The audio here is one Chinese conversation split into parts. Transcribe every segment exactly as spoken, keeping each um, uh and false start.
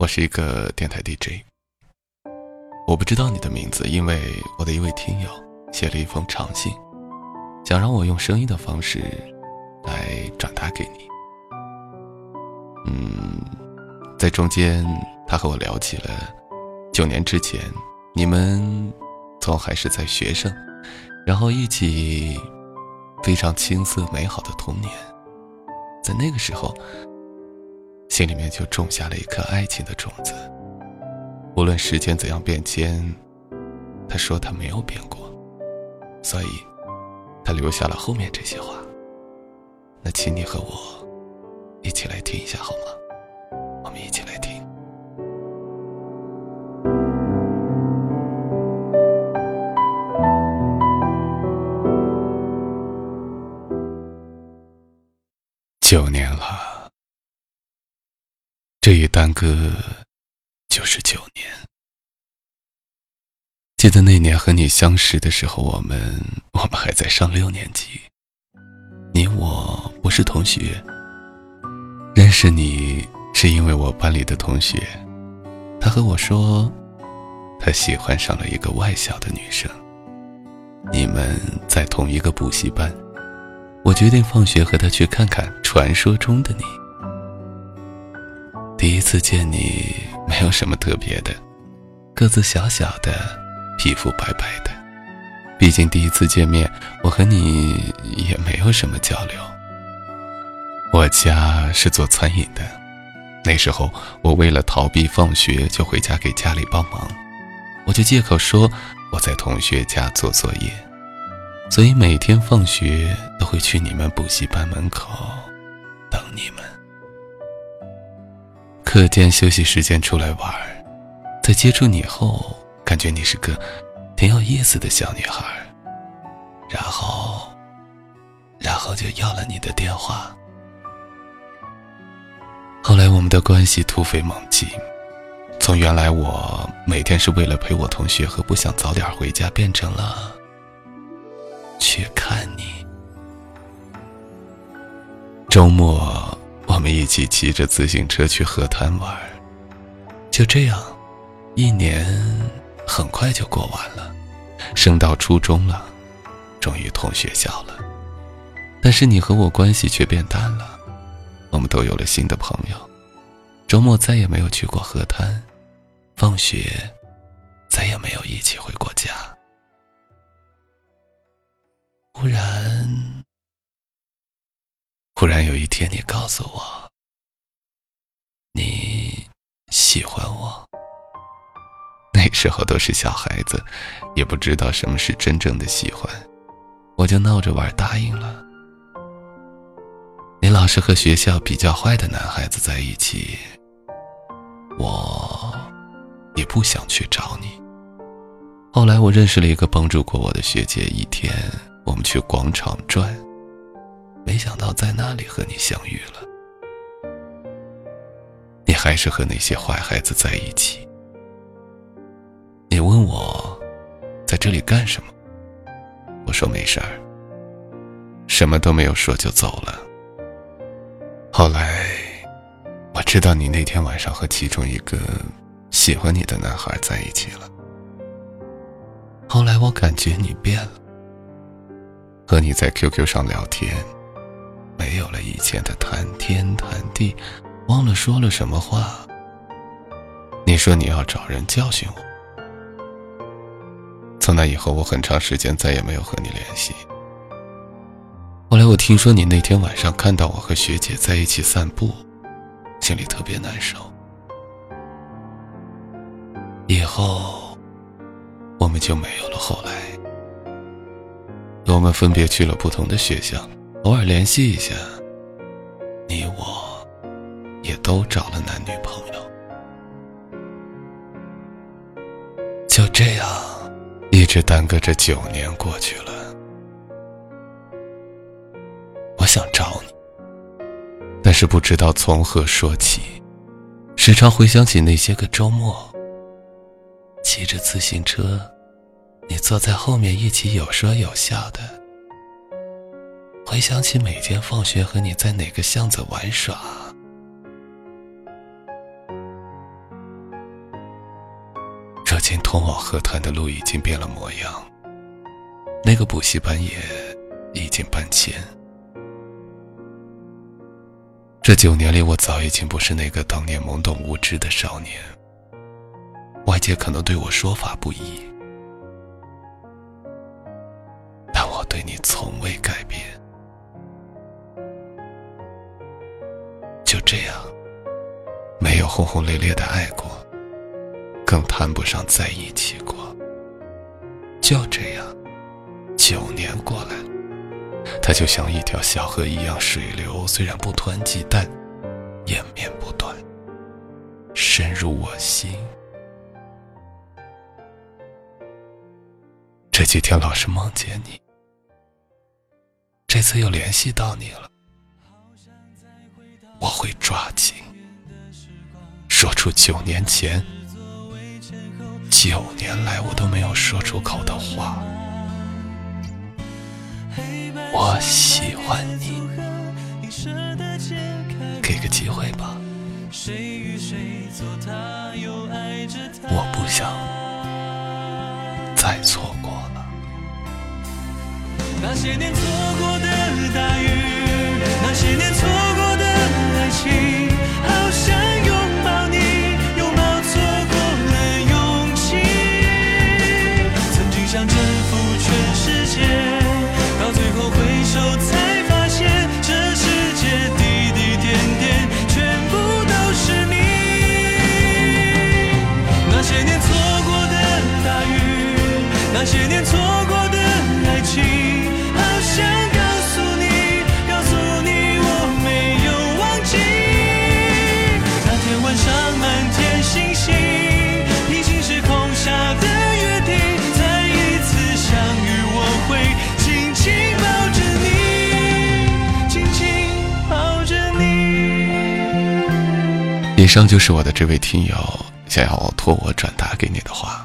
我是一个电台 D J， 我不知道你的名字，因为我的一位听友写了一封长信，想让我用声音的方式来转达给你。嗯，在中间他和我聊起了九年之前你们从还是在学生，然后一起非常青涩美好的童年，在那个时候心里面就种下了一颗爱情的种子。无论时间怎样变迁，他说他没有变过，所以他留下了后面这些话。那请你和我一起来听一下好吗？我们一起来听。九年了，这一耽搁就是九年。记得那年和你相识的时候，我们我们还在上六年级，你我不是同学。认识你是因为我班里的同学，他和我说他喜欢上了一个外校的女生，你们在同一个补习班。我决定放学和他去看看传说中的你。第一次见你没有什么特别的，个子小小的，皮肤白白的，毕竟第一次见面，我和你也没有什么交流。我家是做餐饮的，那时候我为了逃避放学就回家给家里帮忙，我就借口说我在同学家做作业，所以每天放学都会去你们补习班门口等你们。课间休息时间出来玩，在接触你后，感觉你是个挺有意思的小女孩，然后然后就要了你的电话。后来我们的关系突飞猛进，从原来我每天是为了陪我同学和不想早点回家，变成了去看你。周末我们一起骑着自行车去河滩玩，就这样一年很快就过完了，升到初中了，终于同学校了。但是你和我关系却变淡了，我们都有了新的朋友，周末再也没有去过河滩，放学再也没有一起回过家。忽然忽然有一天你告诉我你喜欢我。那时候都是小孩子，也不知道什么是真正的喜欢，我就闹着玩答应了。你老是和学校比较坏的男孩子在一起，我也不想去找你。后来我认识了一个帮助过我的学姐，一天我们去广场转，没想到在那里和你相遇了。你还是和那些坏孩子在一起。你问我在这里干什么，我说没事儿，什么都没有说就走了。后来我知道你那天晚上和其中一个喜欢你的男孩在一起了。后来我感觉你变了，和你在 Q Q 上聊天，没有了以前的谈天谈地，忘了说了什么话。你说你要找人教训我。从那以后我很长时间再也没有和你联系。后来我听说你那天晚上看到我和学姐在一起散步，心里特别难受。以后我们就没有了后来，我们分别去了不同的学校，偶尔联系一下，你我也都找了男女朋友。就这样一直耽搁着九年过去了。我想找你，但是不知道从何说起，时常回想起那些个周末，骑着自行车，你坐在后面一起有说有笑的，回想起每天放学和你在哪个巷子玩耍， 今通往河滩的路已经变了模样，那个补习班也已经搬迁。这九年里，我早已经不是那个当年懵懂无知的少年，外界可能对我说法不一，但我对你从未改变。就这样，没有轰轰烈烈的爱过，更谈不上在一起过。就这样，九年过来了，它就像一条小河一样，水流虽然不湍急，但延绵不断，深入我心。这几天老是梦见你，这次又联系到你了，我会抓紧说出九年前九年来我都没有说出口的话。我喜欢你，给个机会吧，我不想再错过了。 那些年错过的大雨，那些年错过的爱情，好想拥抱你，拥抱错过了勇气。曾经想征服全世界，到最后回首才发现，这世界滴滴点点全部都是你。那些年错过的大雨，那些年错过的爱情，好想告诉你，告诉你我没有忘记。那天晚上满天星星，平行时空下的约定，再一次相遇我会紧紧抱着你，紧紧抱着你。 以上就是我的这位听友想要托我转达给你的话。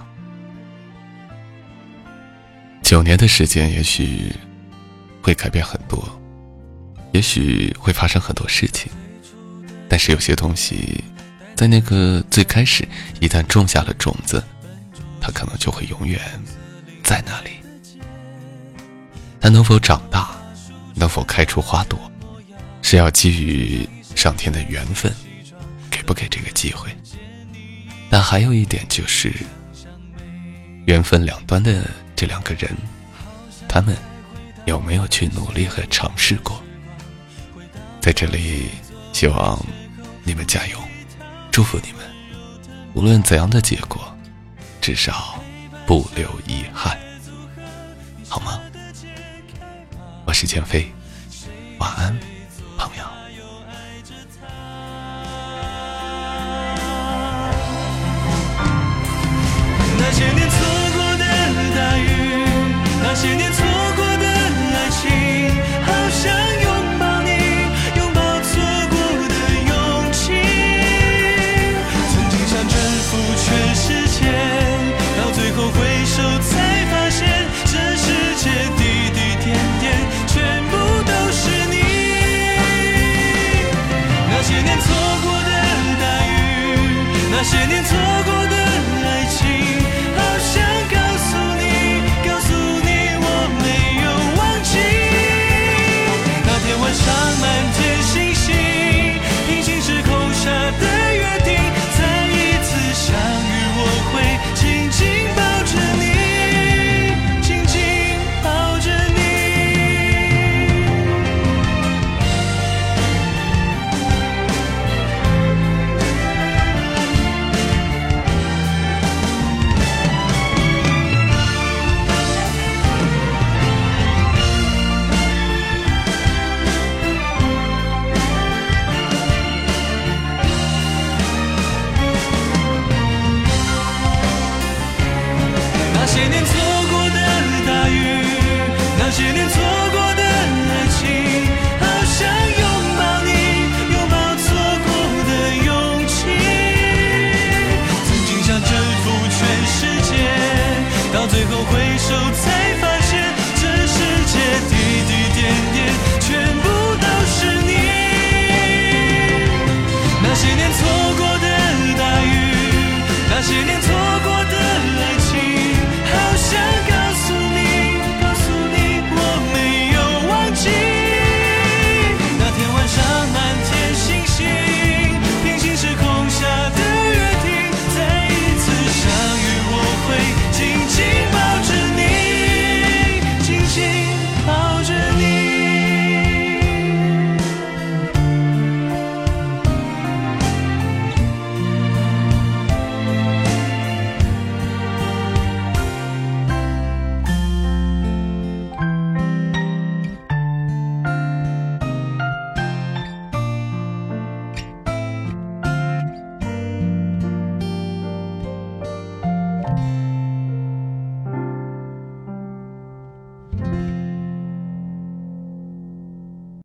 九年的时间也许会改变很多，也许会发生很多事情，但是有些东西在那个最开始一旦种下了种子，它可能就会永远在那里。它能否长大，能否开出花朵，是要基于上天的缘分给不给这个机会。但还有一点就是，缘分两端的这两个人，他们有没有去努力和尝试过？在这里希望你们加油，祝福你们，无论怎样的结果，至少不留遗憾，好吗？我是建飞，晚安，朋友。 那些年错过的大雨，那些年错过的爱情，好想拥抱你，拥抱错过的勇气。曾经想征服全世界，到最后回首才发现，这世界滴滴点点全部都是你。那些年错过的大雨，那些年错过的爱情，好想告诉你，告诉你我没有忘记。那天晚上满天星星，平行时空下的约定，再一次相遇我会紧紧抱着你，紧紧抱着你。那些年错过的大雨，那些年错